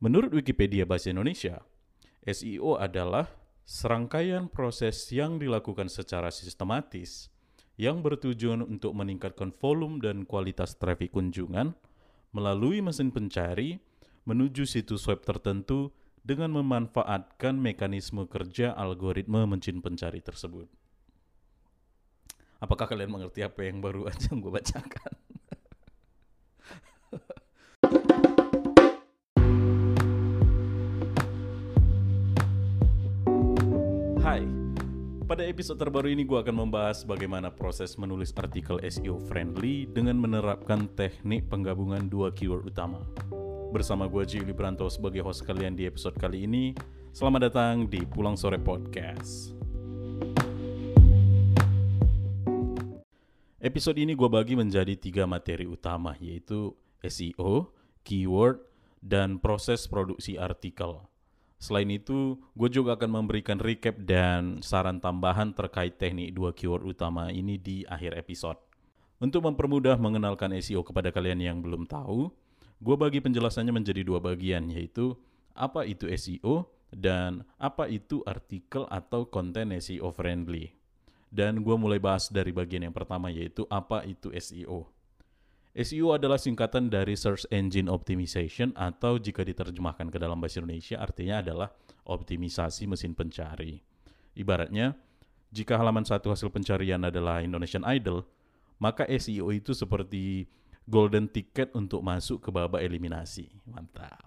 Menurut Wikipedia Bahasa Indonesia, SEO adalah serangkaian proses yang dilakukan secara sistematis yang bertujuan untuk meningkatkan volume dan kualitas trafik kunjungan melalui mesin pencari menuju situs web tertentu dengan memanfaatkan mekanisme kerja algoritma mesin pencari tersebut. Apakah kalian mengerti apa yang baru aja gue bacakan? Hai, pada episode terbaru ini gue akan membahas bagaimana proses menulis artikel SEO friendly dengan menerapkan teknik penggabungan dua keyword utama. Bersama gue Jili Branto sebagai host kalian di episode kali ini. Selamat datang di Pulang Sore Podcast. Episode ini gue bagi menjadi 3 materi utama, yaitu SEO, keyword, dan proses produksi artikel. Selain itu, gue juga akan memberikan recap dan saran tambahan terkait teknik 2 keyword utama ini di akhir episode. Untuk mempermudah mengenalkan SEO kepada kalian yang belum tahu, gue bagi penjelasannya menjadi 2 bagian, yaitu apa itu SEO dan apa itu artikel atau konten SEO friendly. Dan gue mulai bahas dari bagian yang pertama, yaitu apa itu SEO. SEO adalah singkatan dari Search Engine Optimization atau jika diterjemahkan ke dalam bahasa Indonesia artinya adalah optimisasi mesin pencari. Ibaratnya, jika halaman satu hasil pencarian adalah Indonesian Idol, maka SEO itu seperti golden ticket untuk masuk ke babak eliminasi. Mantap.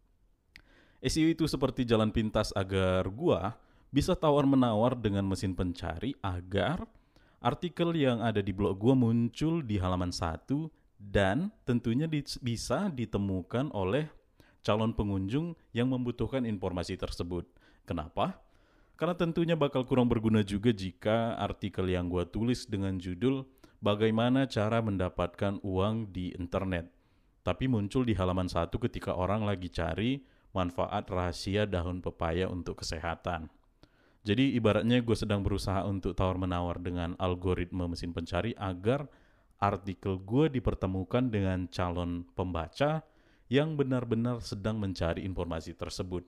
SEO itu seperti jalan pintas agar gua bisa tawar-menawar dengan mesin pencari agar artikel yang ada di blog gua muncul di halaman 1 dan tentunya bisa ditemukan oleh calon pengunjung yang membutuhkan informasi tersebut. Kenapa? Karena tentunya bakal kurang berguna juga jika artikel yang gua tulis dengan judul bagaimana cara mendapatkan uang di internet, tapi muncul di halaman 1 ketika orang lagi cari manfaat rahasia daun pepaya untuk kesehatan. Jadi ibaratnya gue sedang berusaha untuk tawar-menawar dengan algoritma mesin pencari agar artikel gue dipertemukan dengan calon pembaca yang benar-benar sedang mencari informasi tersebut.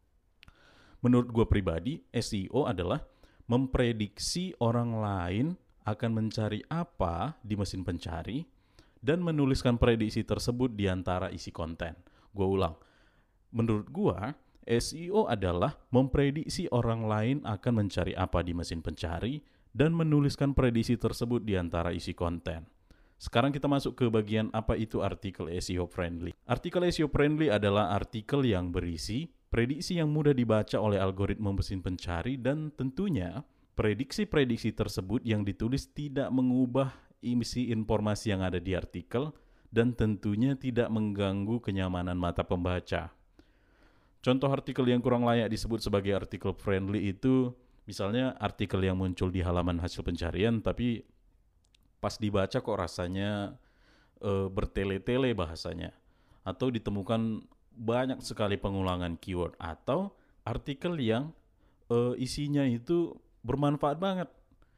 Menurut gue pribadi, SEO adalah memprediksi orang lain akan mencari apa di mesin pencari dan menuliskan prediksi tersebut di antara isi konten. Gue ulang, menurut gue, SEO adalah memprediksi orang lain akan mencari apa di mesin pencari dan menuliskan prediksi tersebut di antara isi konten. Sekarang kita masuk ke bagian apa itu artikel SEO friendly. Artikel SEO friendly adalah artikel yang berisi prediksi yang mudah dibaca oleh algoritma mesin pencari dan tentunya prediksi-prediksi tersebut yang ditulis tidak mengubah isi informasi yang ada di artikel dan tentunya tidak mengganggu kenyamanan mata pembaca. Contoh artikel yang kurang layak disebut sebagai artikel friendly itu misalnya artikel yang muncul di halaman hasil pencarian tapi pas dibaca kok rasanya bertele-tele bahasanya, atau ditemukan banyak sekali pengulangan keyword, atau artikel yang isinya itu bermanfaat banget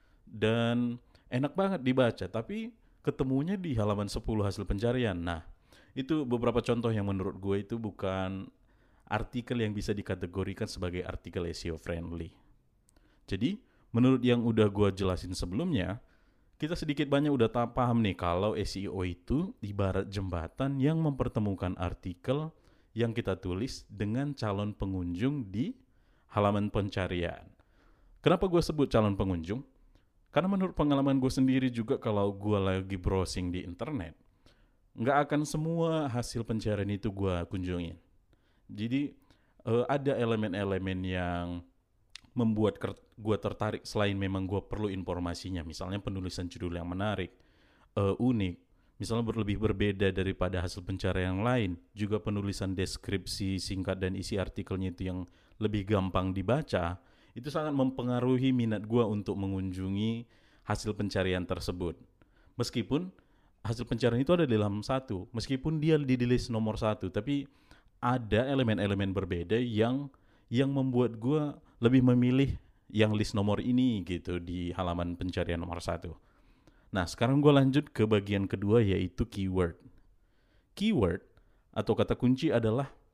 dan enak banget dibaca tapi ketemunya di halaman 10 hasil pencarian. Nah, itu beberapa contoh yang menurut gue itu bukan artikel yang bisa dikategorikan sebagai artikel SEO friendly. Jadi, menurut yang udah gue jelasin sebelumnya, kita sedikit banyak udah paham nih kalau SEO itu ibarat jembatan yang mempertemukan artikel yang kita tulis dengan calon pengunjung di halaman pencarian. Kenapa gue sebut calon pengunjung? Karena menurut pengalaman gue sendiri juga kalau gue lagi browsing di internet, nggak akan semua hasil pencarian itu gue kunjungin. Jadi ada elemen-elemen yang membuat gue tertarik selain memang gue perlu informasinya. Misalnya penulisan judul yang menarik, unik, misalnya lebih berbeda daripada hasil pencarian yang lain. Juga penulisan deskripsi singkat dan isi artikelnya itu yang lebih gampang dibaca. Itu sangat mempengaruhi minat gue untuk mengunjungi hasil pencarian tersebut. Meskipun hasil pencarian itu ada di dalam 1, meskipun dia di list nomor 1, tapi ada elemen-elemen berbeda yang membuat gue lebih memilih yang list nomor ini gitu di halaman pencarian nomor 1. Nah, sekarang gue lanjut ke bagian kedua yaitu keyword. Keyword atau kata kunci adalah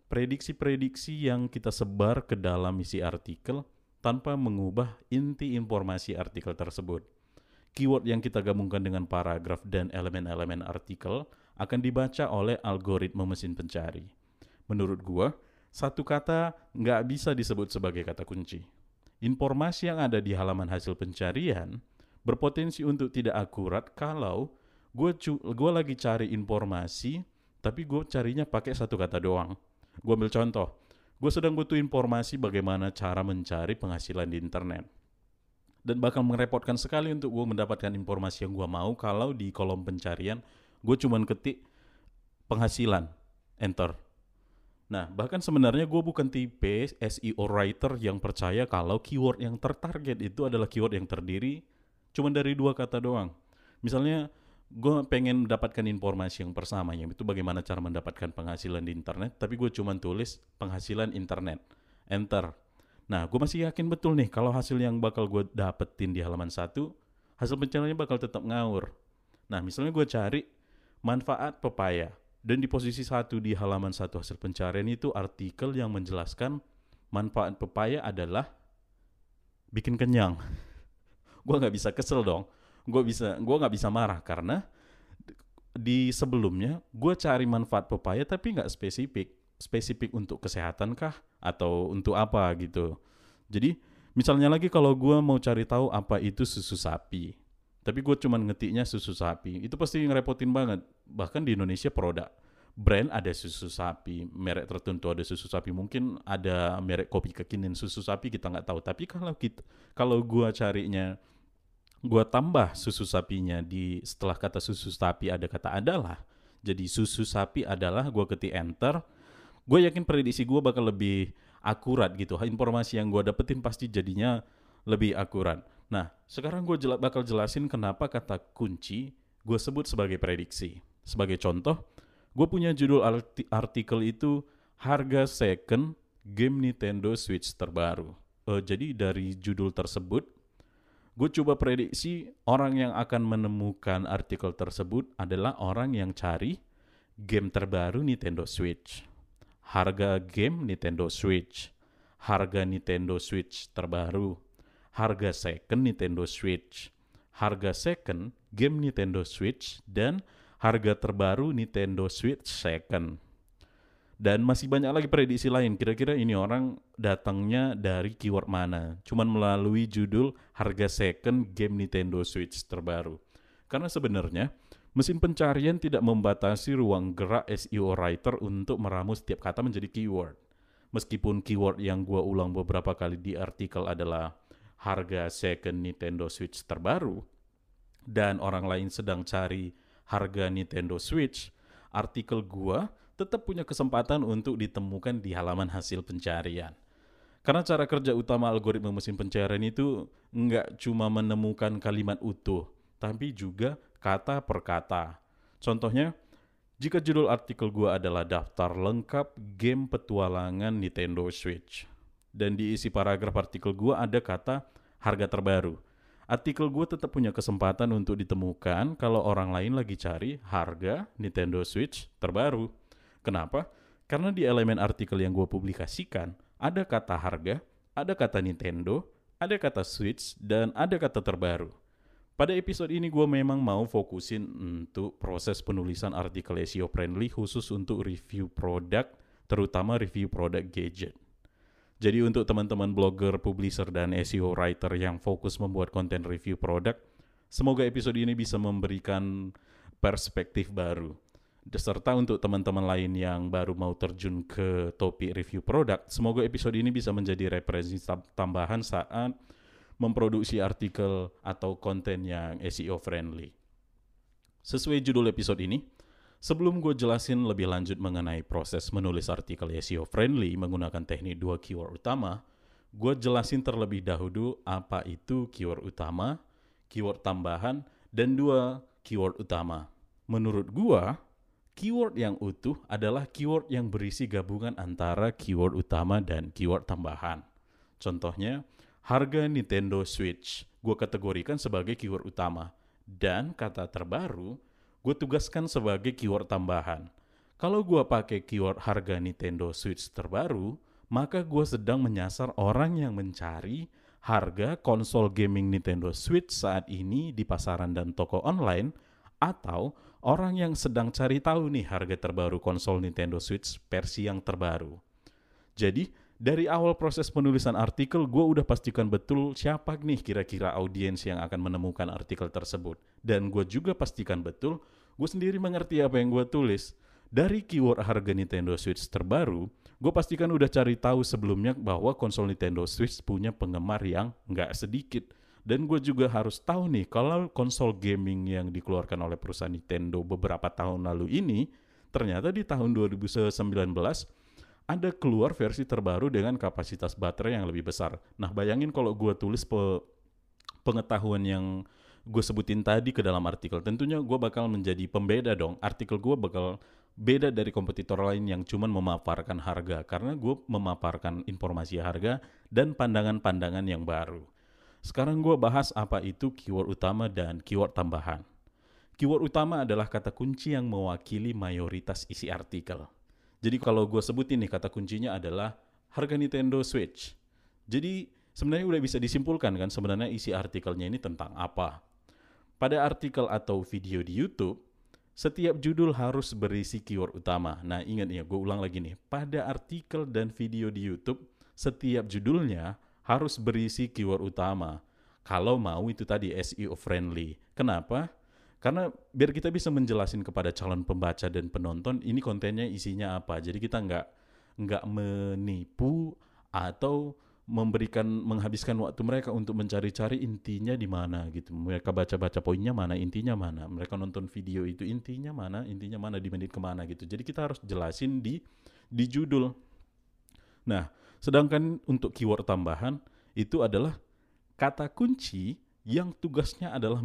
prediksi-prediksi yang kita sebar ke dalam isi artikel tanpa mengubah inti informasi artikel tersebut. Keyword yang kita gabungkan dengan paragraf dan elemen-elemen artikel akan dibaca oleh algoritma mesin pencari. Menurut gua, satu kata nggak bisa disebut sebagai kata kunci. Informasi yang ada di halaman hasil pencarian berpotensi untuk tidak akurat kalau gue lagi cari informasi, tapi gue carinya pakai satu kata doang. Gue ambil contoh, gue sedang butuh informasi bagaimana cara mencari penghasilan di internet. Dan bakal merepotkan sekali untuk gue mendapatkan informasi yang gue mau kalau di kolom pencarian gue cuman ketik penghasilan, enter. Nah, bahkan sebenarnya gue bukan tipe SEO writer yang percaya kalau keyword yang tertarget itu adalah keyword yang terdiri cuma dari 2 kata doang. Misalnya, gue pengen mendapatkan informasi yang bersama, yaitu bagaimana cara mendapatkan penghasilan di internet, tapi gue cuma tulis penghasilan internet, enter. Nah, gue masih yakin betul nih kalau hasil yang bakal gue dapetin di halaman 1, hasil pencariannya bakal tetap ngawur. Nah, misalnya gue cari manfaat pepaya, dan di posisi 1 di halaman 1 hasil pencarian itu artikel yang menjelaskan manfaat pepaya adalah bikin kenyang. Gue nggak bisa kesel dong. Gue nggak bisa marah karena di sebelumnya gue cari manfaat pepaya tapi nggak spesifik untuk kesehatan kah atau untuk apa gitu. Jadi misalnya lagi kalau gue mau cari tahu apa itu susu sapi, tapi gue cuma ngetiknya susu sapi, itu pasti ngerepotin banget. Bahkan di Indonesia produk brand ada susu sapi, merek tertentu ada susu sapi, mungkin ada merek kopi kekinian susu sapi kita nggak tahu. Tapi kalau gue carinya, gue tambah susu sapinya setelah kata susu sapi ada kata adalah, jadi susu sapi adalah, gue ketik enter, gue yakin prediksi gue bakal lebih akurat gitu. Informasi yang gue dapetin pasti jadinya lebih akurat. Nah, sekarang gue bakal jelasin kenapa kata kunci gue sebut sebagai prediksi. Sebagai contoh, gue punya judul artikel itu harga second game Nintendo Switch terbaru. Jadi dari judul tersebut, gue coba prediksi orang yang akan menemukan artikel tersebut adalah orang yang cari game terbaru Nintendo Switch. Harga game Nintendo Switch. Harga Nintendo Switch terbaru. Harga second Nintendo Switch. Harga second game Nintendo Switch dan harga terbaru Nintendo Switch second. Dan masih banyak lagi prediksi lain. Kira-kira ini orang datangnya dari keyword mana? Cuman melalui judul harga second game Nintendo Switch terbaru. Karena sebenarnya mesin pencarian tidak membatasi ruang gerak SEO writer untuk meramu setiap kata menjadi keyword. Meskipun keyword yang gue ulang beberapa kali di artikel adalah harga second Nintendo Switch terbaru, dan orang lain sedang cari harga Nintendo Switch, artikel gue tetap punya kesempatan untuk ditemukan di halaman hasil pencarian. Karena cara kerja utama algoritma mesin pencarian itu nggak cuma menemukan kalimat utuh, tapi juga kata per kata. Contohnya, jika judul artikel gue adalah daftar lengkap game petualangan Nintendo Switch, dan di isi paragraf artikel gue ada kata harga terbaru, artikel gue tetap punya kesempatan untuk ditemukan kalau orang lain lagi cari harga Nintendo Switch terbaru. Kenapa? Karena di elemen artikel yang gue publikasikan, ada kata harga, ada kata Nintendo, ada kata Switch, dan ada kata terbaru. Pada episode ini gue memang mau fokusin untuk proses penulisan artikel SEO friendly khusus untuk review produk, terutama review produk gadget. Jadi untuk teman-teman blogger, publisher, dan SEO writer yang fokus membuat konten review produk, semoga episode ini bisa memberikan perspektif baru. Serta untuk teman-teman lain yang baru mau terjun ke topik review produk, semoga episode ini bisa menjadi referensi tambahan saat memproduksi artikel atau konten yang SEO friendly. Sesuai judul episode ini, sebelum gue jelasin lebih lanjut mengenai proses menulis artikel SEO friendly menggunakan teknik 2 keyword utama, gue jelasin terlebih dahulu apa itu keyword utama, keyword tambahan, dan 2 keyword utama. Menurut gue, keyword yang utuh adalah keyword yang berisi gabungan antara keyword utama dan keyword tambahan. Contohnya, harga Nintendo Switch gue kategorikan sebagai keyword utama, dan kata terbaru gue tugaskan sebagai keyword tambahan. Kalau gue pakai keyword harga Nintendo Switch terbaru, maka gue sedang menyasar orang yang mencari harga konsol gaming Nintendo Switch saat ini di pasaran dan toko online, atau orang yang sedang cari tahu nih harga terbaru konsol Nintendo Switch versi yang terbaru. Jadi dari awal proses penulisan artikel, gue udah pastikan betul siapa nih kira-kira audiens yang akan menemukan artikel tersebut. Dan gue juga pastikan betul, gue sendiri mengerti apa yang gue tulis. Dari keyword harga Nintendo Switch terbaru, gue pastikan udah cari tahu sebelumnya bahwa konsol Nintendo Switch punya penggemar yang nggak sedikit. Dan gue juga harus tahu nih, kalau konsol gaming yang dikeluarkan oleh perusahaan Nintendo beberapa tahun lalu ini, ternyata di tahun 2019 ada keluar versi terbaru dengan kapasitas baterai yang lebih besar. Nah, bayangin kalau gue tulis pengetahuan yang gue sebutin tadi ke dalam artikel, tentunya gue bakal menjadi pembeda dong. Artikel gue bakal beda dari kompetitor lain yang cuma memaparkan harga, karena gue memaparkan informasi harga dan pandangan-pandangan yang baru. Sekarang gue bahas apa itu keyword utama dan keyword tambahan. Keyword utama adalah kata kunci yang mewakili mayoritas isi artikel. Jadi kalau gue sebutin nih, kata kuncinya adalah harga Nintendo Switch. Jadi sebenarnya udah bisa disimpulkan kan sebenarnya isi artikelnya ini tentang apa. Pada artikel atau video di YouTube, setiap judul harus berisi keyword utama. Nah ingat ya, gue ulang lagi nih. Pada artikel dan video di YouTube, setiap judulnya harus berisi keyword utama. Kalau mau itu tadi SEO friendly. Kenapa? Karena biar kita bisa menjelasin kepada calon pembaca dan penonton ini kontennya isinya apa. Jadi kita nggak menipu atau menghabiskan waktu mereka untuk mencari-cari intinya di mana gitu. Mereka baca-baca poinnya mana, intinya mana. Mereka nonton video itu intinya mana di menit kemana gitu. Jadi kita harus jelasin di judul. Nah, sedangkan untuk keyword tambahan itu adalah kata kunci yang tugasnya adalah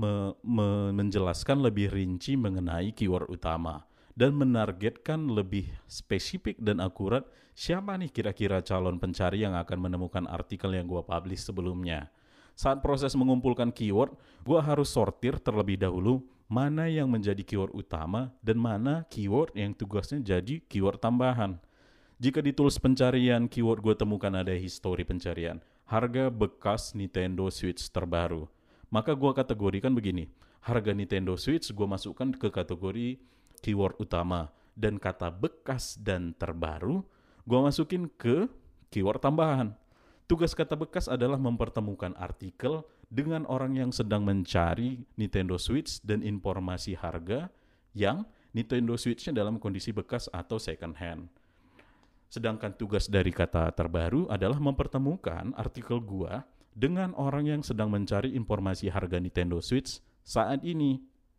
menjelaskan lebih rinci mengenai keyword utama dan menargetkan lebih spesifik dan akurat siapa nih kira-kira calon pencari yang akan menemukan artikel yang gue publish sebelumnya. Saat proses mengumpulkan keyword, gue harus sortir terlebih dahulu mana yang menjadi keyword utama dan mana keyword yang tugasnya jadi keyword tambahan. Jika di tools pencarian keyword gue temukan ada histori pencarian, harga bekas Nintendo Switch terbaru, maka gue kategorikan begini, harga Nintendo Switch gue masukkan ke kategori keyword utama, dan kata bekas dan terbaru gue masukin ke keyword tambahan. Tugas kata bekas adalah mempertemukan artikel dengan orang yang sedang mencari Nintendo Switch dan informasi harga yang Nintendo Switch-nya dalam kondisi bekas atau second hand. Sedangkan tugas dari kata terbaru adalah mempertemukan artikel gua dengan orang yang sedang mencari informasi harga Nintendo Switch saat ini.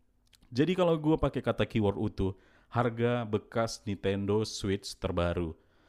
Jadi kalau gua pakai kata keyword utuh, harga bekas Nintendo Switch terbaru,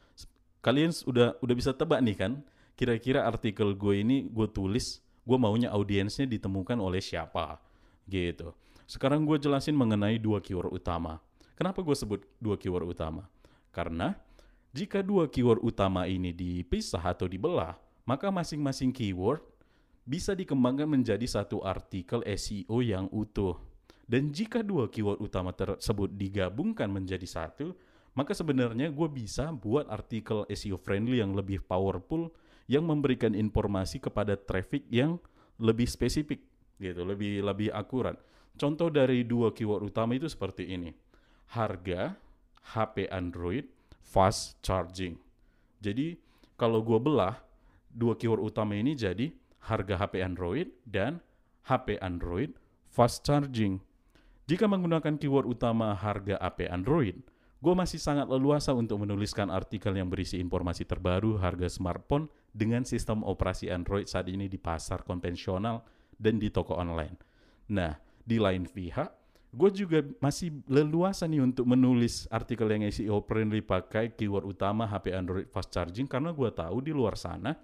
kalian udah bisa tebak nih kan, kira-kira artikel gue ini gue tulis, gue maunya audiensnya ditemukan oleh siapa gitu. Sekarang gue jelasin mengenai dua keyword utama. Kenapa gue sebut dua keyword utama? Karena jika dua keyword utama ini dipisah atau dibelah, maka masing-masing keyword bisa dikembangkan menjadi satu artikel SEO yang utuh. Dan jika dua keyword utama tersebut digabungkan menjadi satu, maka sebenarnya gue bisa buat artikel SEO friendly yang lebih powerful, yang memberikan informasi kepada traffic yang lebih spesifik, gitu, lebih akurat. Contoh dari dua keyword utama itu seperti ini. Harga HP Android fast charging. Jadi kalau gue belah dua keyword utama ini jadi harga HP Android dan HP Android fast charging. Jika menggunakan keyword utama harga HP Android, gue masih sangat leluasa untuk menuliskan artikel yang berisi informasi terbaru harga smartphone dengan sistem operasi Android saat ini di pasar konvensional dan di toko online. Nah, di lain pihak, gue juga masih leluasa nih untuk menulis artikel yang SEO friendly pakai keyword utama HP Android fast charging, karena gue tahu di luar sana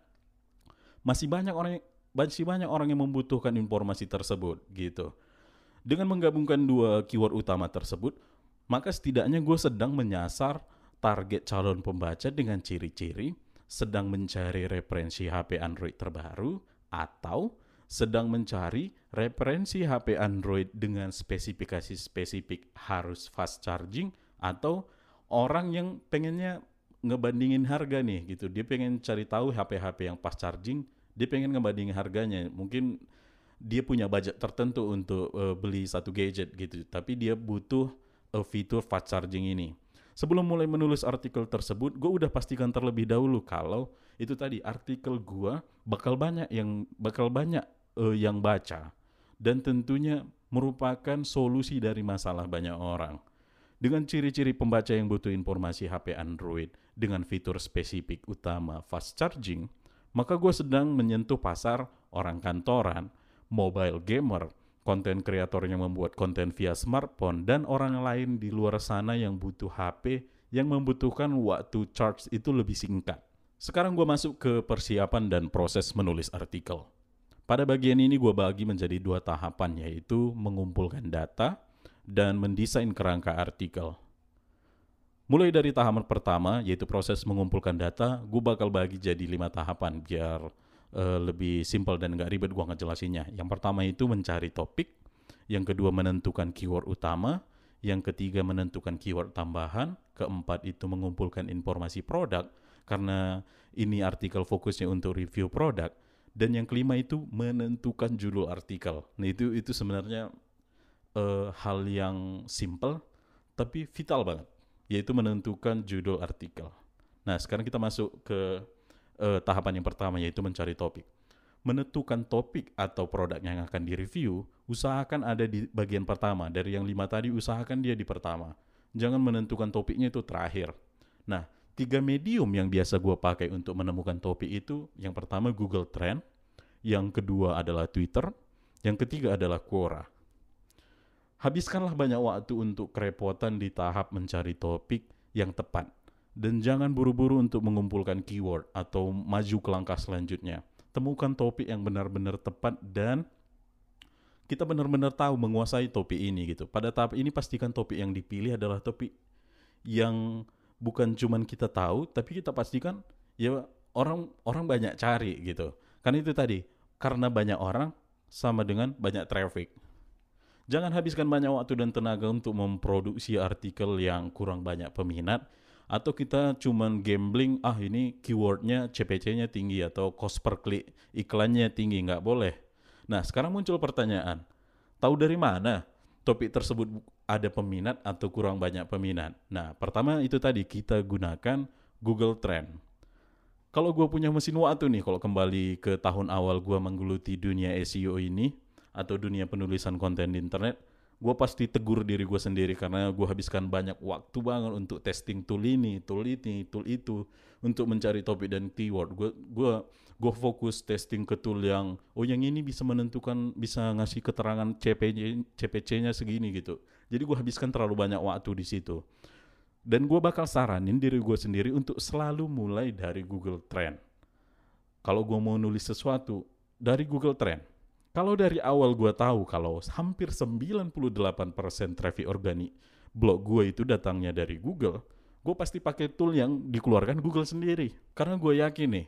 masih banyak orang yang membutuhkan informasi tersebut gitu. Dengan menggabungkan dua keyword utama tersebut, maka setidaknya gue sedang menyasar target calon pembaca dengan ciri-ciri sedang mencari referensi HP Android terbaru atau sedang mencari referensi HP Android dengan spesifikasi spesifik harus fast charging, atau orang yang pengennya ngebandingin harga nih gitu. Dia pengen cari tahu HP-HP yang fast charging, dia pengen ngebandingin harganya. Mungkin dia punya budget tertentu untuk beli satu gadget gitu, tapi dia butuh fitur fast charging ini. Sebelum mulai menulis artikel tersebut, gue udah pastikan terlebih dahulu kalau itu tadi artikel gue bakal banyak yang baca, dan tentunya merupakan solusi dari masalah banyak orang. Dengan ciri-ciri pembaca yang butuh informasi HP Android dengan fitur spesifik utama fast charging, maka gue sedang menyentuh pasar orang kantoran, mobile gamer, konten kreator yang membuat konten via smartphone, dan orang lain di luar sana yang butuh HP yang membutuhkan waktu charge itu lebih singkat. Sekarang gue masuk ke persiapan dan proses menulis artikel. Pada bagian ini gue bagi menjadi 2 tahapan, yaitu mengumpulkan data dan mendesain kerangka artikel. Mulai dari tahapan pertama, yaitu proses mengumpulkan data, gue bakal bagi jadi 5 tahapan biar lebih simpel dan gak ribet gue ngejelasinnya. Yang pertama itu mencari topik, yang kedua menentukan keyword utama, yang ketiga menentukan keyword tambahan, keempat itu mengumpulkan informasi produk, karena ini artikel fokusnya untuk review produk, dan yang kelima itu menentukan judul artikel. Nah itu sebenarnya hal yang simple tapi vital banget, yaitu menentukan judul artikel. Nah sekarang kita masuk ke tahapan yang pertama, yaitu mencari topik. Menentukan topik atau produk yang akan direview, usahakan ada di bagian pertama. Dari yang 5 tadi, usahakan dia di pertama. Jangan menentukan topiknya itu terakhir. Nah, 3 medium yang biasa gue pakai untuk menemukan topik itu, yang pertama Google Trend, yang kedua adalah Twitter, yang ketiga adalah Quora. Habiskanlah banyak waktu untuk kerepotan di tahap mencari topik yang tepat. Dan jangan buru-buru untuk mengumpulkan keyword atau maju ke langkah selanjutnya. Temukan topik yang benar-benar tepat dan kita benar-benar tahu menguasai topik ini gitu. Pada tahap ini pastikan topik yang dipilih adalah topik yang bukan cuman kita tahu, tapi kita pastikan ya orang banyak cari gitu. Karena itu tadi, karena banyak orang sama dengan banyak traffic. Jangan habiskan banyak waktu dan tenaga untuk memproduksi artikel yang kurang banyak peminat, atau kita cuman gambling, ini keywordnya CPC-nya tinggi atau cost per click iklannya tinggi, nggak boleh. Nah sekarang muncul pertanyaan, tahu dari mana topik tersebut ada peminat atau kurang banyak peminat? Nah pertama itu tadi, kita gunakan Google Trend. Kalau gue punya mesin waktu nih, kalau kembali ke tahun awal gue menggeluti dunia SEO ini, atau dunia penulisan konten di internet, gue pasti tegur diri gue sendiri karena gue habiskan banyak waktu banget untuk testing tool ini, tool itu, untuk mencari topik dan keyword. Gue fokus testing ke tool yang ini bisa menentukan, bisa ngasih keterangan CPC-nya segini gitu. Jadi gue habiskan terlalu banyak waktu di situ. Dan gue bakal saranin diri gue sendiri untuk selalu mulai dari Google Trend. Kalau gue mau nulis sesuatu, dari Google Trend. Kalau dari awal gue tahu kalau hampir 98% traffic organik blog gue itu datangnya dari Google, gue pasti pakai tool yang dikeluarkan Google sendiri. Karena gue yakin nih,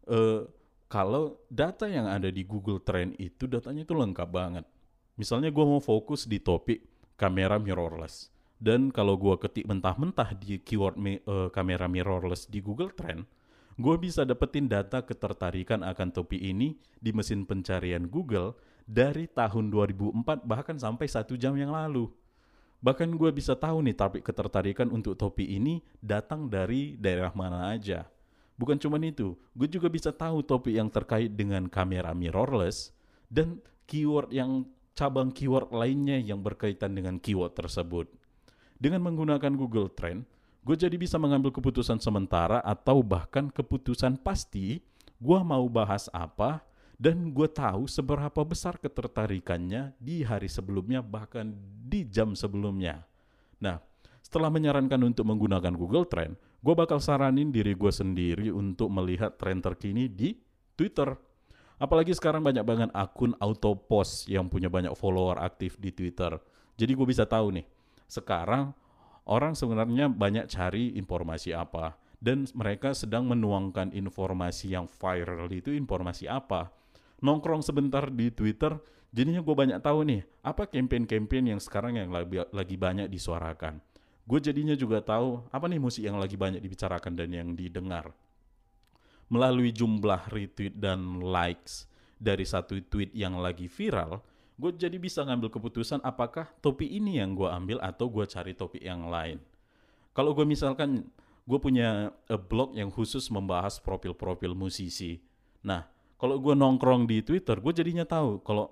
kalau data yang ada di Google Trend itu datanya itu lengkap banget. Misalnya gue mau fokus di topik kamera mirrorless. Dan kalau gue ketik mentah-mentah di keyword kamera mirrorless di Google Trend, gue bisa dapetin data ketertarikan akan topik ini di mesin pencarian Google dari tahun 2004 bahkan sampai 1 jam yang lalu. Bahkan gue bisa tahu nih topik ketertarikan untuk topik ini datang dari daerah mana aja. Bukan cuma itu, gue juga bisa tahu topik yang terkait dengan kamera mirrorless dan keyword yang cabang keyword lainnya yang berkaitan dengan keyword tersebut. Dengan menggunakan Google Trend, gue jadi bisa mengambil keputusan sementara atau bahkan keputusan pasti gue mau bahas apa, dan gue tahu seberapa besar ketertarikannya di hari sebelumnya bahkan di jam sebelumnya. Nah, setelah menyarankan untuk menggunakan Google Trend, gue bakal saranin diri gue sendiri untuk melihat tren terkini di Twitter. Apalagi sekarang banyak banget akun auto post yang punya banyak follower aktif di Twitter. Jadi gue bisa tahu nih, sekarang orang sebenarnya banyak cari informasi apa, dan mereka sedang menuangkan informasi yang viral itu informasi apa. Nongkrong sebentar di Twitter, jadinya gue banyak tahu nih, apa campaign-campaign yang sekarang yang lagi banyak disuarakan. Gue jadinya juga tahu apa nih musik yang lagi banyak dibicarakan dan yang didengar. Melalui jumlah retweet dan likes dari satu tweet yang lagi viral, gue jadi bisa ngambil keputusan apakah topik ini yang gue ambil atau gue cari topik yang lain. Kalau gue misalkan gue punya blog yang khusus membahas profil-profil musisi. Nah, kalau gue nongkrong di Twitter, gue jadinya tahu kalau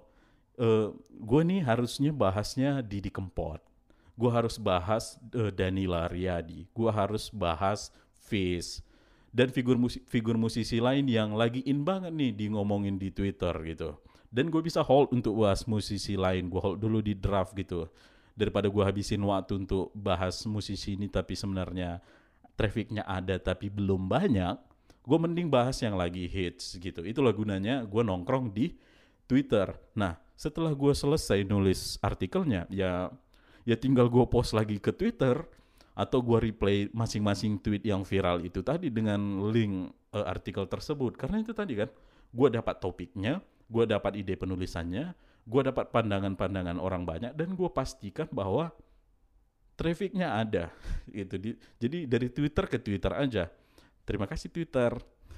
gue nih harusnya bahasnya Didi Kempot. Gue harus bahas Danila Riyadi. Gue harus bahas Fish dan figur musisi lain yang lagi in banget nih di ngomongin di Twitter gitu. Dan gue bisa hold untuk bahas musisi lain. Gue hold dulu di draft gitu. Daripada gue habisin waktu untuk bahas musisi ini tapi sebenarnya trafficnya ada tapi belum banyak, gue mending bahas yang lagi hits gitu. Itulah gunanya gue nongkrong di Twitter. Nah, setelah gue selesai nulis artikelnya, ya tinggal gue post lagi ke Twitter atau gue replay masing-masing tweet yang viral itu tadi dengan link artikel tersebut. Karena itu tadi kan, gue dapat topiknya, gue dapat ide penulisannya, gue dapat pandangan-pandangan orang banyak, dan gue pastikan bahwa trafficnya ada gitu. Jadi dari Twitter ke Twitter aja. Terima kasih Twitter.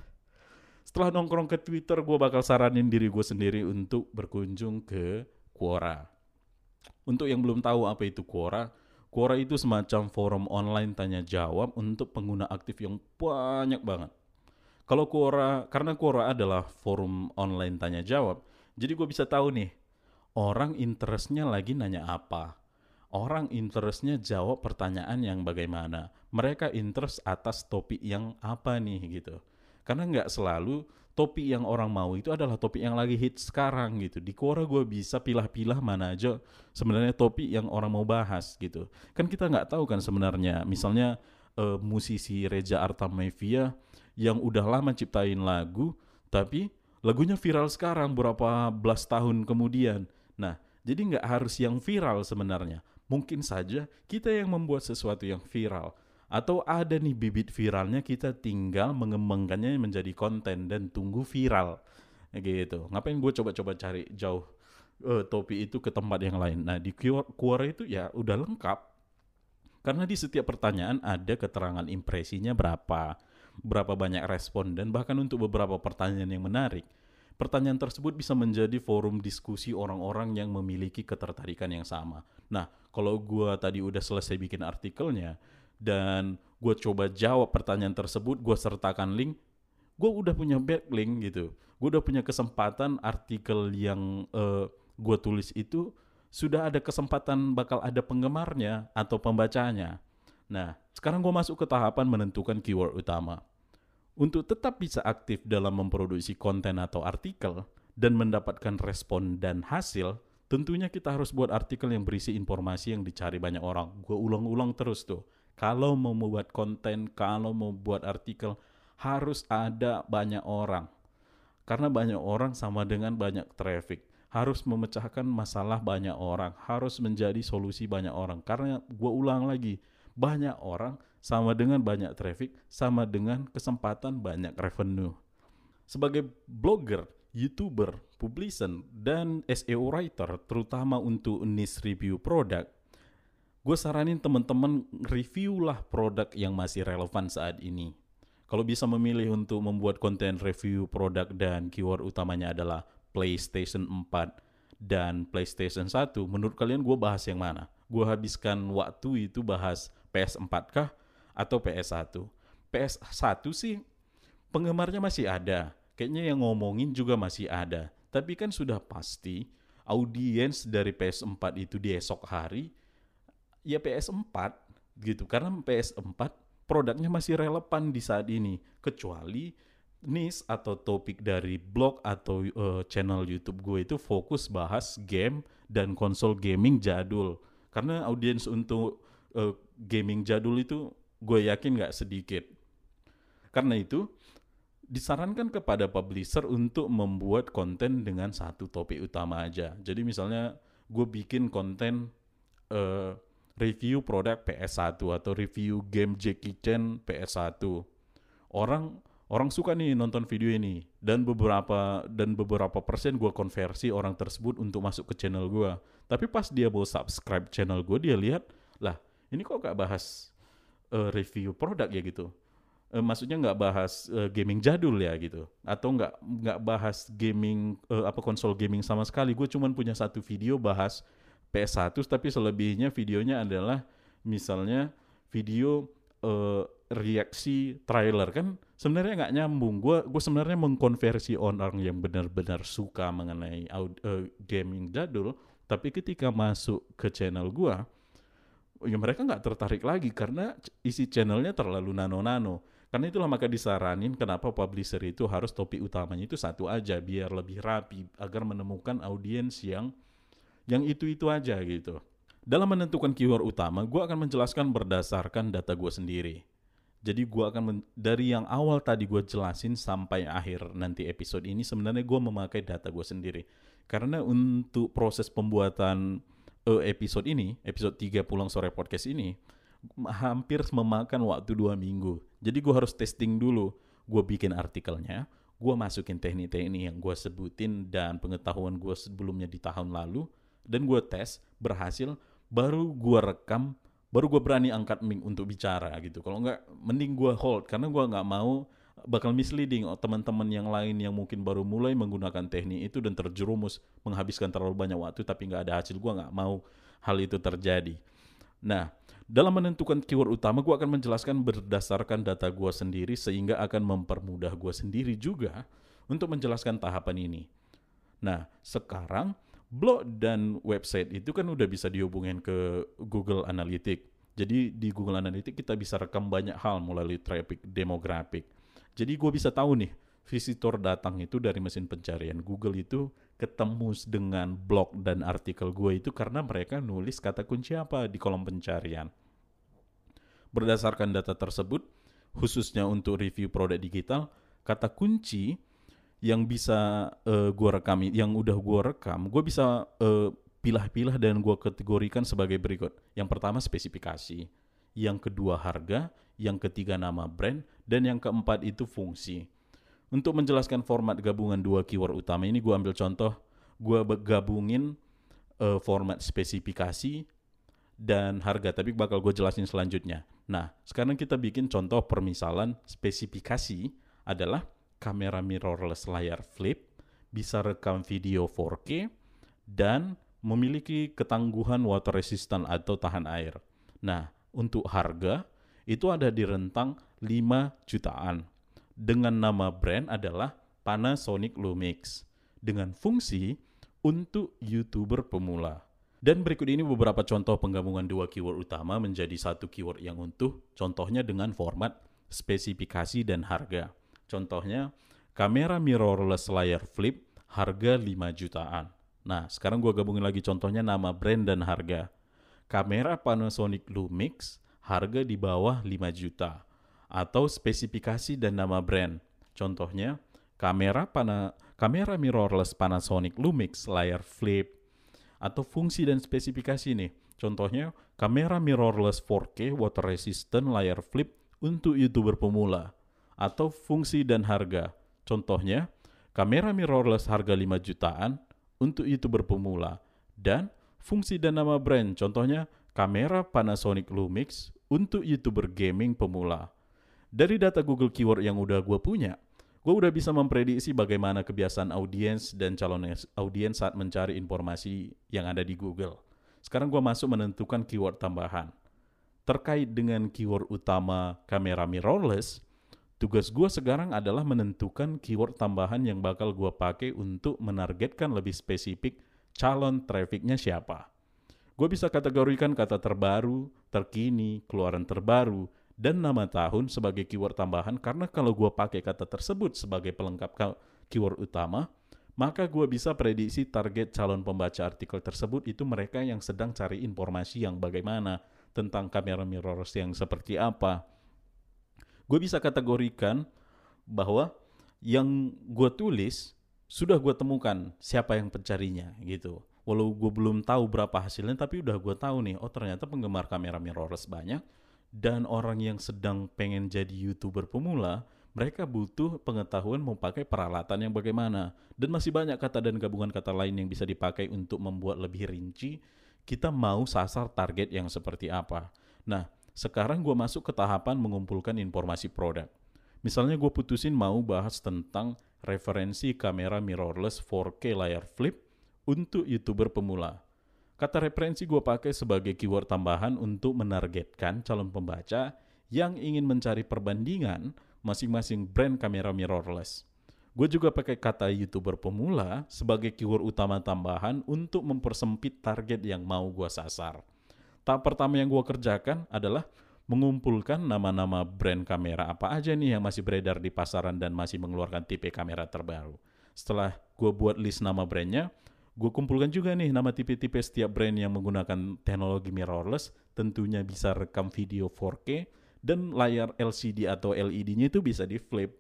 Setelah nongkrong ke Twitter, gue bakal saranin diri gue sendiri untuk berkunjung ke Quora. Untuk yang belum tahu apa itu Quora, Quora itu semacam forum online tanya jawab untuk pengguna aktif yang banyak banget. Kalau Quora, karena Quora adalah forum online tanya jawab, jadi gue bisa tahu nih, orang interestnya lagi nanya apa. Orang interestnya jawab pertanyaan yang bagaimana. Mereka interest atas topik yang apa nih gitu. Karena nggak selalu topik yang orang mau itu adalah topik yang lagi hit sekarang gitu. Di Quora gue bisa pilah-pilah mana aja sebenarnya topik yang orang mau bahas gitu. Kan kita nggak tahu kan sebenarnya. Misalnya musisi Reza Artamevia yang udah lama ciptain lagu, tapi lagunya viral sekarang berapa belas tahun kemudian. Nah, jadi nggak harus yang viral sebenarnya. Mungkin saja kita yang membuat sesuatu yang viral. Atau ada nih bibit viralnya, kita tinggal mengembangkannya menjadi konten dan tunggu viral. Gitu. Ngapain gue coba-coba cari jauh topik itu ke tempat yang lain. Nah di Quora itu ya udah lengkap. Karena di setiap pertanyaan ada keterangan impresinya berapa banyak respon, dan bahkan untuk beberapa pertanyaan yang menarik, pertanyaan tersebut bisa menjadi forum diskusi orang-orang yang memiliki ketertarikan yang sama. Nah, kalau gue tadi udah selesai bikin artikelnya, dan gue coba jawab pertanyaan tersebut, gue sertakan link, gue udah punya backlink gitu. Gue udah punya kesempatan artikel yang gue tulis itu sudah ada kesempatan bakal ada penggemarnya atau pembacanya. Nah, sekarang gue masuk ke tahapan menentukan keyword utama. Untuk tetap bisa aktif dalam memproduksi konten atau artikel dan mendapatkan respon dan hasil, tentunya kita harus buat artikel yang berisi informasi yang dicari banyak orang. Gue ulang-ulang terus tuh. Kalau mau membuat konten, kalau mau buat artikel, harus ada banyak orang. Karena banyak orang sama dengan banyak traffic. Harus memecahkan masalah banyak orang. Harus menjadi solusi banyak orang. Karena gue ulang lagi, banyak orang sama dengan banyak traffic, sama dengan kesempatan banyak revenue. Sebagai blogger, YouTuber, publisher, dan SEO writer, terutama untuk niche review produk, gue saranin teman-teman review lah produk yang masih relevan saat ini. Kalau bisa memilih untuk membuat konten review produk dan keyword utamanya adalah PlayStation 4 dan PlayStation 1, menurut kalian gue bahas yang mana? Gue habiskan waktu itu bahas PS4 kah atau PS1? PS1 sih penggemarnya masih ada. Kayaknya yang ngomongin juga masih ada. Tapi kan sudah pasti audiens dari PS4 itu di esok hari ya PS4 gitu. Karena PS4 produknya masih relevan di saat ini. Kecuali niche atau topik dari blog atau channel YouTube gue itu fokus bahas game dan konsol gaming jadul. Karena audiens untuk gaming jadul itu gue yakin gak sedikit. Karena itu disarankan kepada publisher untuk membuat konten dengan satu topik utama aja. Jadi misalnya gue bikin konten review produk PS1 atau review game Jackie Chan PS1. Orang suka nih nonton video ini, dan beberapa persen gue konversi orang tersebut untuk masuk ke channel gue. Tapi pas dia mau subscribe channel gue, dia lihat lah ini kok gak bahas review produk ya gitu. Maksudnya nggak bahas gaming jadul ya gitu, atau nggak bahas gaming konsol gaming sama sekali. Gue cuman punya satu video bahas PS1, tapi selebihnya videonya adalah misalnya video reaksi trailer, kan sebenarnya nggak nyambung. Gue sebenarnya mengkonversi orang yang benar-benar suka mengenai gaming jadul, tapi ketika masuk ke channel gue, ya mereka nggak tertarik lagi karena isi channelnya terlalu nano-nano. Karena itulah maka disaranin kenapa publisher itu harus topik utamanya itu satu aja biar lebih rapi agar menemukan audiens yang itu aja gitu. Dalam menentukan keyword utama, gue akan menjelaskan berdasarkan data gue sendiri. Jadi gue akan dari yang awal tadi gue jelasin sampai akhir nanti episode ini sebenarnya gue memakai data gue sendiri. Karena untuk proses pembuatan episode ini, episode 3 Pulang Sore Podcast ini, hampir memakan waktu 2 minggu. Jadi gue harus testing dulu. Gue bikin artikelnya, gue masukin teknik-teknik yang gue sebutin dan pengetahuan gue sebelumnya di tahun lalu, dan gue tes, berhasil, baru gue rekam, baru gue berani angkat mic untuk bicara gitu. Kalau enggak, mending gue hold, karena gue nggak mau bakal misleading teman-teman yang lain yang mungkin baru mulai menggunakan teknik itu dan terjerumus menghabiskan terlalu banyak waktu tapi nggak ada hasil. Gue nggak mau hal itu terjadi. Nah, dalam menentukan keyword utama, gue akan menjelaskan berdasarkan data gue sendiri sehingga akan mempermudah gue sendiri juga untuk menjelaskan tahapan ini. Nah, sekarang blog dan website itu kan udah bisa dihubungin ke Google Analytics. Jadi di Google Analytics kita bisa rekam banyak hal melalui traffic demographic. Jadi gue bisa tahu nih, visitor datang itu dari mesin pencarian Google itu ketemu dengan blog dan artikel gue itu karena mereka nulis kata kunci apa di kolom pencarian. Berdasarkan data tersebut, khususnya untuk review produk digital, kata kunci yang bisa gue rekam, yang udah gue rekam, gue bisa pilah-pilah dan gue kategorikan sebagai berikut. Yang pertama spesifikasi, yang kedua harga, yang ketiga nama brand, dan yang keempat itu fungsi. Untuk menjelaskan format gabungan dua keyword utama ini, gue ambil contoh, gue gabungin format spesifikasi dan harga, tapi bakal gue jelasin selanjutnya. Nah, sekarang kita bikin contoh permisalan. Spesifikasi adalah kamera mirrorless layar flip, bisa rekam video 4K, dan memiliki ketangguhan water resistant atau tahan air. Nah, untuk harga, itu ada di rentang 5 jutaan. Dengan nama brand adalah Panasonic Lumix. Dengan fungsi untuk YouTuber pemula. Dan berikut ini beberapa contoh penggabungan dua keyword utama menjadi satu keyword yang utuh. Contohnya dengan format spesifikasi dan harga. Contohnya, kamera mirrorless layar flip, harga 5 jutaan. Nah, sekarang gue gabungin lagi contohnya nama brand dan harga. Kamera Panasonic Lumix, harga di bawah 5 juta. Atau spesifikasi dan nama brand. Contohnya, kamera mirrorless Panasonic Lumix layar flip. Atau fungsi dan spesifikasi nih. Contohnya, kamera mirrorless 4K water resistant layar flip untuk YouTuber pemula. Atau fungsi dan harga. Contohnya, kamera mirrorless harga 5 jutaan untuk YouTuber pemula. Dan fungsi dan nama brand. Contohnya, kamera Panasonic Lumix untuk YouTuber gaming pemula. Dari data Google Keyword yang udah gue punya, gue udah bisa memprediksi bagaimana kebiasaan audiens dan calon audiens saat mencari informasi yang ada di Google. Sekarang gue masuk menentukan keyword tambahan. Terkait dengan keyword utama kamera mirrorless, tugas gue sekarang adalah menentukan keyword tambahan yang bakal gue pakai untuk menargetkan lebih spesifik calon trafficnya siapa. Gue bisa kategorikan kata terbaru, terkini, keluaran terbaru, dan nama tahun sebagai keyword tambahan, karena kalau gue pakai kata tersebut sebagai pelengkap keyword utama, maka gue bisa prediksi target calon pembaca artikel tersebut itu mereka yang sedang cari informasi yang bagaimana tentang kamera mirrorless yang seperti apa. Gue bisa kategorikan bahwa yang gue tulis sudah gue temukan siapa yang pencarinya gitu. Walau gue belum tahu berapa hasilnya, tapi udah gue tahu nih, oh ternyata penggemar kamera mirrorless banyak. Dan orang yang sedang pengen jadi YouTuber pemula, mereka butuh pengetahuan mau pakai peralatan yang bagaimana. Dan masih banyak kata dan gabungan kata lain yang bisa dipakai untuk membuat lebih rinci kita mau sasar target yang seperti apa. Nah, sekarang gue masuk ke tahapan mengumpulkan informasi produk. Misalnya gue putusin mau bahas tentang referensi kamera mirrorless 4K layar flip untuk YouTuber pemula. Kata referensi gue pakai sebagai keyword tambahan untuk menargetkan calon pembaca yang ingin mencari perbandingan masing-masing brand kamera mirrorless. Gue juga pakai kata YouTuber pemula sebagai keyword utama tambahan untuk mempersempit target yang mau gue sasar. Tahap pertama yang gue kerjakan adalah mengumpulkan nama-nama brand kamera apa aja nih yang masih beredar di pasaran dan masih mengeluarkan tipe kamera terbaru. Setelah gue buat list nama brandnya, gue kumpulkan juga nih nama tipe-tipe setiap brand yang menggunakan teknologi mirrorless, tentunya bisa rekam video 4K dan layar LCD atau LED-nya itu bisa di flip.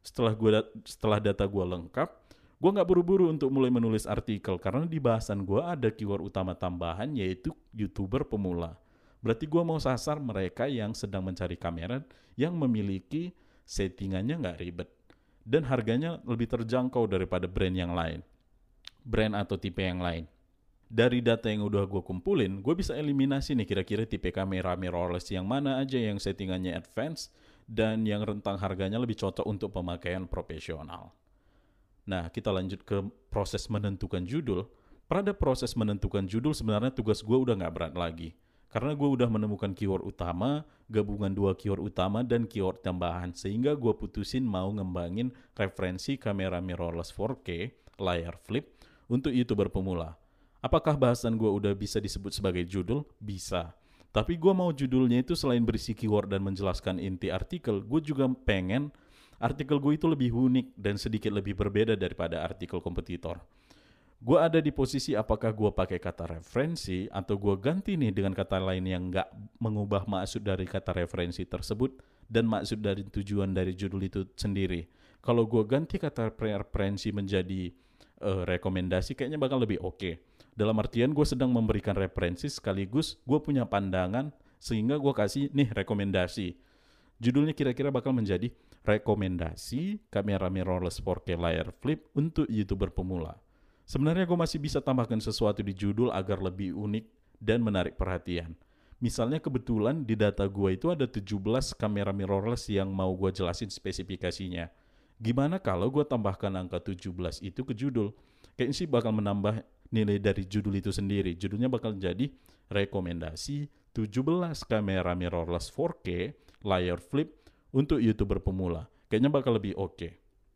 Setelah data gue lengkap, gue nggak buru-buru untuk mulai menulis artikel karena di bahasan gue ada keyword utama tambahan yaitu YouTuber pemula. Berarti gue mau sasar mereka yang sedang mencari kamera yang memiliki settingannya nggak ribet dan harganya lebih terjangkau daripada brand yang lain. Brand atau tipe yang lain. Dari data yang udah gue kumpulin, gue bisa eliminasi nih kira-kira tipe kamera mirrorless yang mana aja yang settingannya advance dan yang rentang harganya lebih cocok untuk pemakaian profesional. Nah, kita lanjut ke proses menentukan judul. Pada proses menentukan judul sebenarnya tugas gue udah gak berat lagi. Karena gue udah menemukan keyword utama, gabungan dua keyword utama dan keyword tambahan. Sehingga gue putusin mau ngembangin referensi kamera mirrorless 4K, layar flip, untuk YouTuber pemula. Apakah bahasan gue udah bisa disebut sebagai judul? Bisa. Tapi gue mau judulnya itu selain berisi keyword dan menjelaskan inti artikel, gue juga pengen artikel gue itu lebih unik dan sedikit lebih berbeda daripada artikel kompetitor. Gue ada di posisi apakah gue pakai kata referensi atau gue ganti nih dengan kata lain yang nggak mengubah maksud dari kata referensi tersebut dan maksud dari tujuan dari judul itu sendiri. Kalau gue ganti kata referensi menjadi rekomendasi kayaknya bakal lebih oke. Dalam artian gue sedang memberikan referensi sekaligus gue punya pandangan sehingga gue kasih nih rekomendasi. Judulnya kira-kira bakal menjadi rekomendasi kamera mirrorless 4K layar flip untuk YouTuber pemula. Sebenarnya gue masih bisa tambahkan sesuatu di judul agar lebih unik dan menarik perhatian. Misalnya kebetulan di data gue itu ada 17 kamera mirrorless yang mau gue jelasin spesifikasinya. Gimana kalau gue tambahkan angka 17 itu ke judul? Kayaknya sih bakal menambah nilai dari judul itu sendiri. Judulnya bakal jadi rekomendasi 17 kamera mirrorless 4K layar flip untuk YouTuber pemula. Kayaknya bakal lebih oke.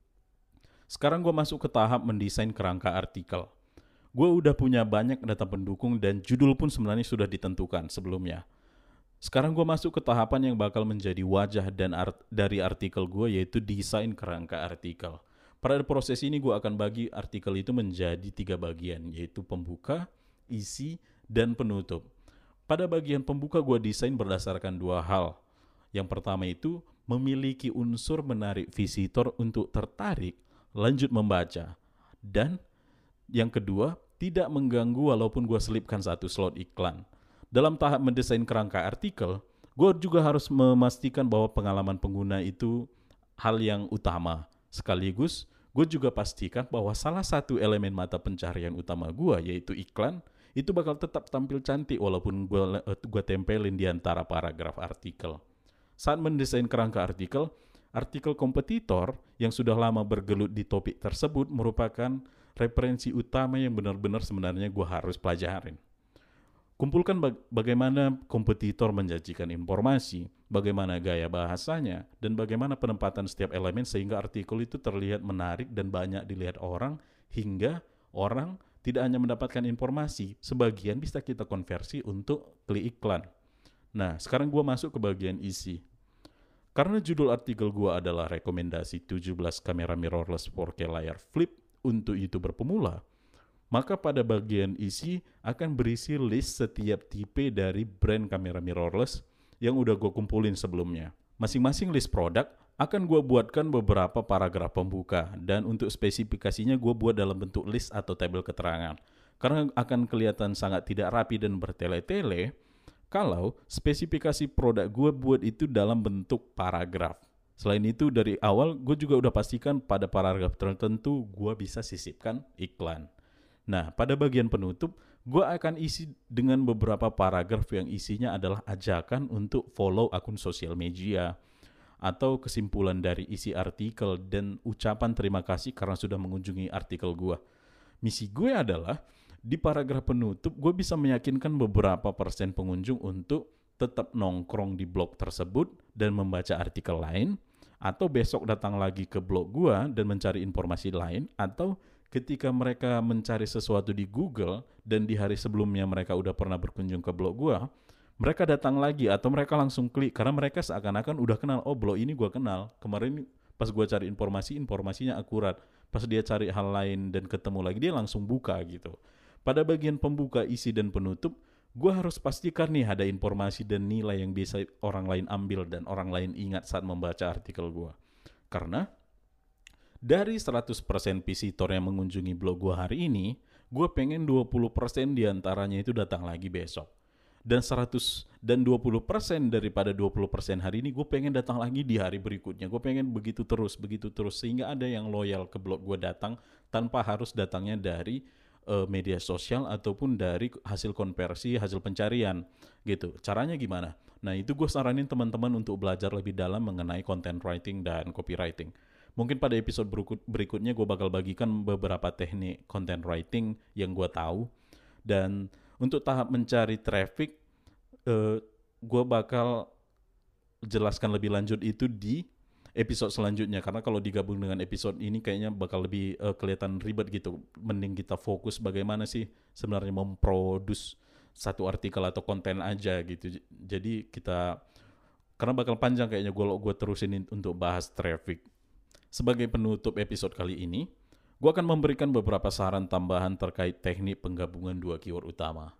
Sekarang gue masuk ke tahap mendesain kerangka artikel. Gue udah punya banyak data pendukung dan judul pun sebenarnya sudah ditentukan sebelumnya. Sekarang gue masuk ke tahapan yang bakal menjadi wajah dan dari artikel gue yaitu desain kerangka artikel. Pada proses ini gue akan bagi artikel itu menjadi 3 bagian yaitu pembuka, isi, dan penutup. Pada bagian pembuka gue desain berdasarkan 2 hal. Yang pertama itu memiliki unsur menarik visitor untuk tertarik lanjut membaca. Dan yang kedua tidak mengganggu walaupun gue selipkan 1 slot iklan. Dalam tahap mendesain kerangka artikel, gue juga harus memastikan bahwa pengalaman pengguna itu hal yang utama. Sekaligus, gue juga pastikan bahwa salah satu elemen mata pencarian utama gue, yaitu iklan, itu bakal tetap tampil cantik walaupun gue tempelin di antara paragraf artikel. Saat mendesain kerangka artikel, artikel kompetitor yang sudah lama bergelut di topik tersebut merupakan referensi utama yang benar-benar sebenarnya gue harus pelajarin. Kumpulkan bagaimana kompetitor menjanjikan informasi, bagaimana gaya bahasanya, dan bagaimana penempatan setiap elemen sehingga artikel itu terlihat menarik dan banyak dilihat orang, hingga orang tidak hanya mendapatkan informasi, sebagian bisa kita konversi untuk klik iklan. Nah, sekarang gue masuk ke bagian isi. Karena judul artikel gue adalah rekomendasi 17 kamera mirrorless 4K layar flip untuk YouTuber pemula, maka pada bagian isi akan berisi list setiap tipe dari brand kamera mirrorless yang udah gue kumpulin sebelumnya. Masing-masing list produk akan gue buatkan beberapa paragraf pembuka dan untuk spesifikasinya gue buat dalam bentuk list atau tabel keterangan. Karena akan kelihatan sangat tidak rapi dan bertele-tele kalau spesifikasi produk gue buat itu dalam bentuk paragraf. Selain itu dari awal gue juga udah pastikan pada paragraf tertentu gue bisa sisipkan iklan. Nah, pada bagian penutup, gue akan isi dengan beberapa paragraf yang isinya adalah ajakan untuk follow akun sosial media atau kesimpulan dari isi artikel dan ucapan terima kasih karena sudah mengunjungi artikel gue. Misi gue adalah di paragraf penutup gue bisa meyakinkan beberapa persen pengunjung untuk tetap nongkrong di blog tersebut dan membaca artikel lain, atau besok datang lagi ke blog gue dan mencari informasi lain, atau ketika mereka mencari sesuatu di Google dan di hari sebelumnya mereka udah pernah berkunjung ke blog gue, mereka datang lagi atau mereka langsung klik karena mereka seakan-akan udah kenal, oh blog ini gue kenal, kemarin pas gue cari informasinya akurat, pas dia cari hal lain dan ketemu lagi dia langsung buka gitu. Pada bagian pembuka, isi, dan penutup, gue harus pastikan nih ada informasi dan nilai yang bisa orang lain ambil dan orang lain ingat saat membaca artikel gue. Karena dari 100% visitor yang mengunjungi blog gue hari ini, gue pengen 20% diantaranya itu datang lagi besok. Dan 20% daripada 20% hari ini gue pengen datang lagi di hari berikutnya. Gue pengen begitu terus sehingga ada yang loyal ke blog gue datang tanpa harus datangnya dari media sosial ataupun dari hasil konversi, hasil pencarian gitu. Caranya gimana? Nah, itu gue saranin teman-teman untuk belajar lebih dalam mengenai content writing dan copywriting. Mungkin pada episode berikutnya gue bakal bagikan beberapa teknik content writing yang gue tahu. Dan untuk tahap mencari traffic, gue bakal jelaskan lebih lanjut itu di episode selanjutnya, karena kalau digabung dengan episode ini kayaknya bakal lebih kelihatan ribet gitu. Mending kita fokus bagaimana sih sebenarnya memproduce satu artikel atau konten aja gitu. Jadi karena bakal panjang kayaknya gue terusin untuk bahas traffic. Sebagai penutup episode kali ini, gue akan memberikan beberapa saran tambahan terkait teknik penggabungan dua keyword utama.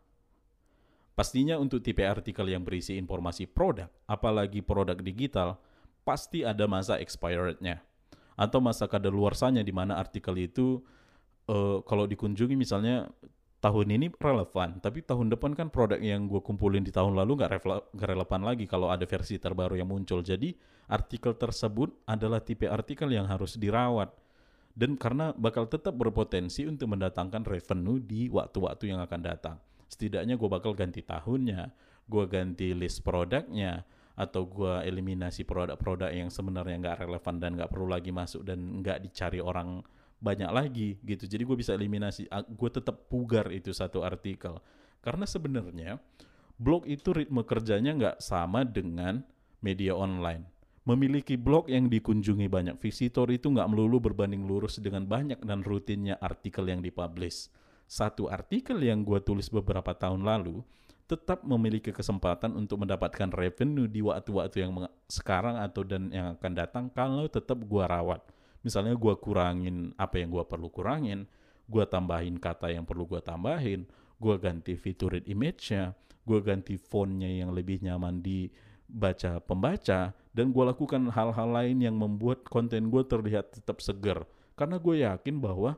Pastinya untuk tipe artikel yang berisi informasi produk, apalagi produk digital, pasti ada masa expirednya atau masa kadaluarsanya, di mana artikel itu kalau dikunjungi misalnya tahun ini relevan, tapi tahun depan kan produk yang gue kumpulin di tahun lalu nggak relevan lagi kalau ada versi terbaru yang muncul. Jadi artikel tersebut adalah tipe artikel yang harus dirawat, dan karena bakal tetap berpotensi untuk mendatangkan revenue di waktu-waktu yang akan datang. Setidaknya gue bakal ganti tahunnya, gue ganti list produknya, atau gue eliminasi produk-produk yang sebenarnya nggak relevan dan nggak perlu lagi masuk dan nggak dicari orang banyak lagi gitu. Jadi gue bisa eliminasi, gue tetap pugar itu satu artikel. Karena sebenarnya blog itu ritme kerjanya nggak sama dengan media online. Memiliki blog yang dikunjungi banyak visitor itu nggak melulu berbanding lurus dengan banyak dan rutinnya artikel yang dipublish. Satu artikel yang gue tulis beberapa tahun lalu tetap memiliki kesempatan untuk mendapatkan revenue di waktu-waktu yang sekarang atau dan yang akan datang kalau tetap gue rawat. Misalnya gue kurangin apa yang gue perlu kurangin, gue tambahin kata yang perlu gue tambahin, gue ganti featured image-nya, gue ganti font-nya yang lebih nyaman dibaca pembaca, dan gue lakukan hal-hal lain yang membuat konten gue terlihat tetap segar. Karena gue yakin bahwa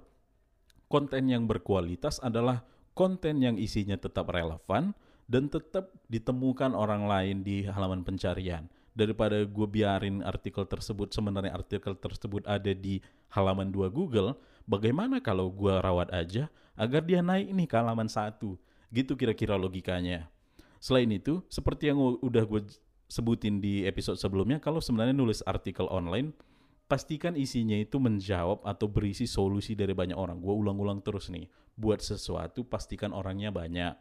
konten yang berkualitas adalah konten yang isinya tetap relevan dan tetap ditemukan orang lain di halaman pencarian. Daripada gue biarin artikel tersebut, sebenarnya artikel tersebut ada di halaman 2 Google, bagaimana kalau gue rawat aja agar dia naik nih ke halaman 1. Gitu kira-kira logikanya. Selain itu, seperti yang udah gue sebutin di episode sebelumnya, kalau sebenarnya nulis artikel online, pastikan isinya itu menjawab atau berisi solusi dari banyak orang. Gue ulang-ulang terus nih, buat sesuatu pastikan orangnya banyak.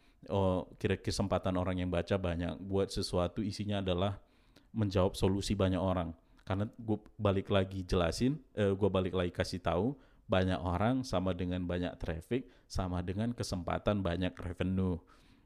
Kira kesempatan orang yang baca banyak. Buat sesuatu isinya adalah menjawab solusi banyak orang. Karena gue balik lagi jelasin, gue balik lagi kasih tahu, banyak orang sama dengan banyak traffic, sama dengan kesempatan banyak revenue.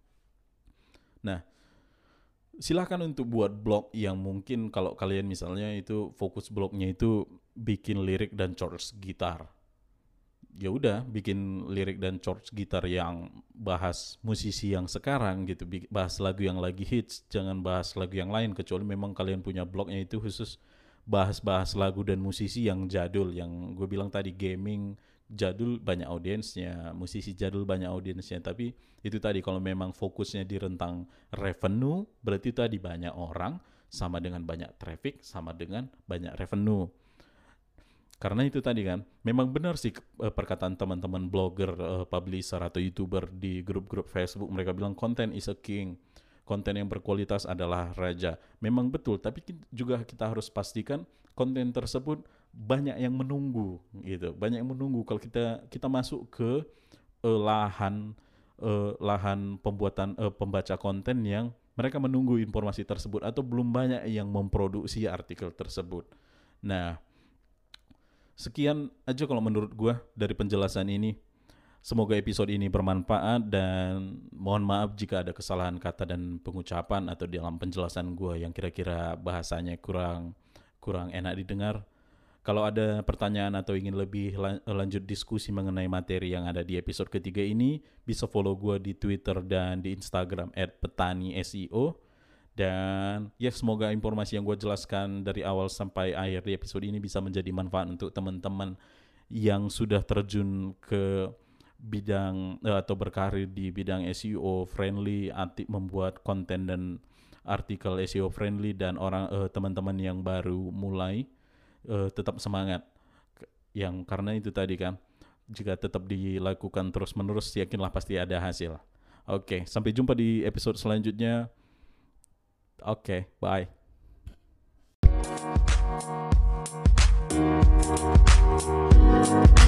Nah, silakan untuk buat blog yang mungkin kalau kalian misalnya itu fokus blognya itu bikin lirik dan chords gitar. Ya udah, bikin lirik dan chords gitar yang bahas musisi yang sekarang gitu, bahas lagu yang lagi hits, jangan bahas lagu yang lain kecuali memang kalian punya blognya itu khusus bahas-bahas lagu dan musisi yang jadul, yang gue bilang tadi, gaming jadul banyak audiensnya, musisi jadul banyak audiensnya. Tapi itu tadi, kalau memang fokusnya di rentang revenue, berarti tadi banyak orang sama dengan banyak traffic sama dengan banyak revenue. Karena itu tadi kan, memang benar sih perkataan teman-teman blogger, publisher atau YouTuber di grup-grup Facebook, mereka bilang content is a king. Konten yang berkualitas adalah raja. Memang betul, tapi juga kita harus pastikan konten tersebut banyak yang menunggu gitu. Banyak yang menunggu kalau kita masuk ke lahan pembuatan pembaca konten yang mereka menunggu informasi tersebut atau belum banyak yang memproduksi artikel tersebut. Nah, sekian aja kalau menurut gue dari penjelasan ini. Semoga episode ini bermanfaat dan mohon maaf jika ada kesalahan kata dan pengucapan atau dalam penjelasan gue yang kira-kira bahasanya kurang enak didengar. Kalau ada pertanyaan atau ingin lebih lanjut diskusi mengenai materi yang ada di episode ketiga ini, bisa follow gue di Twitter dan di Instagram @petani_seo. Dan ya, semoga informasi yang gue jelaskan dari awal sampai akhir di episode ini bisa menjadi manfaat untuk teman-teman yang sudah terjun ke bidang atau berkarir di bidang SEO friendly, membuat konten dan artikel SEO friendly, dan teman-teman yang baru mulai tetap semangat. Yang karena itu tadi kan, jika tetap dilakukan terus-menerus, yakinlah pasti ada hasil. Oke, sampai jumpa di episode selanjutnya. Oke, bye.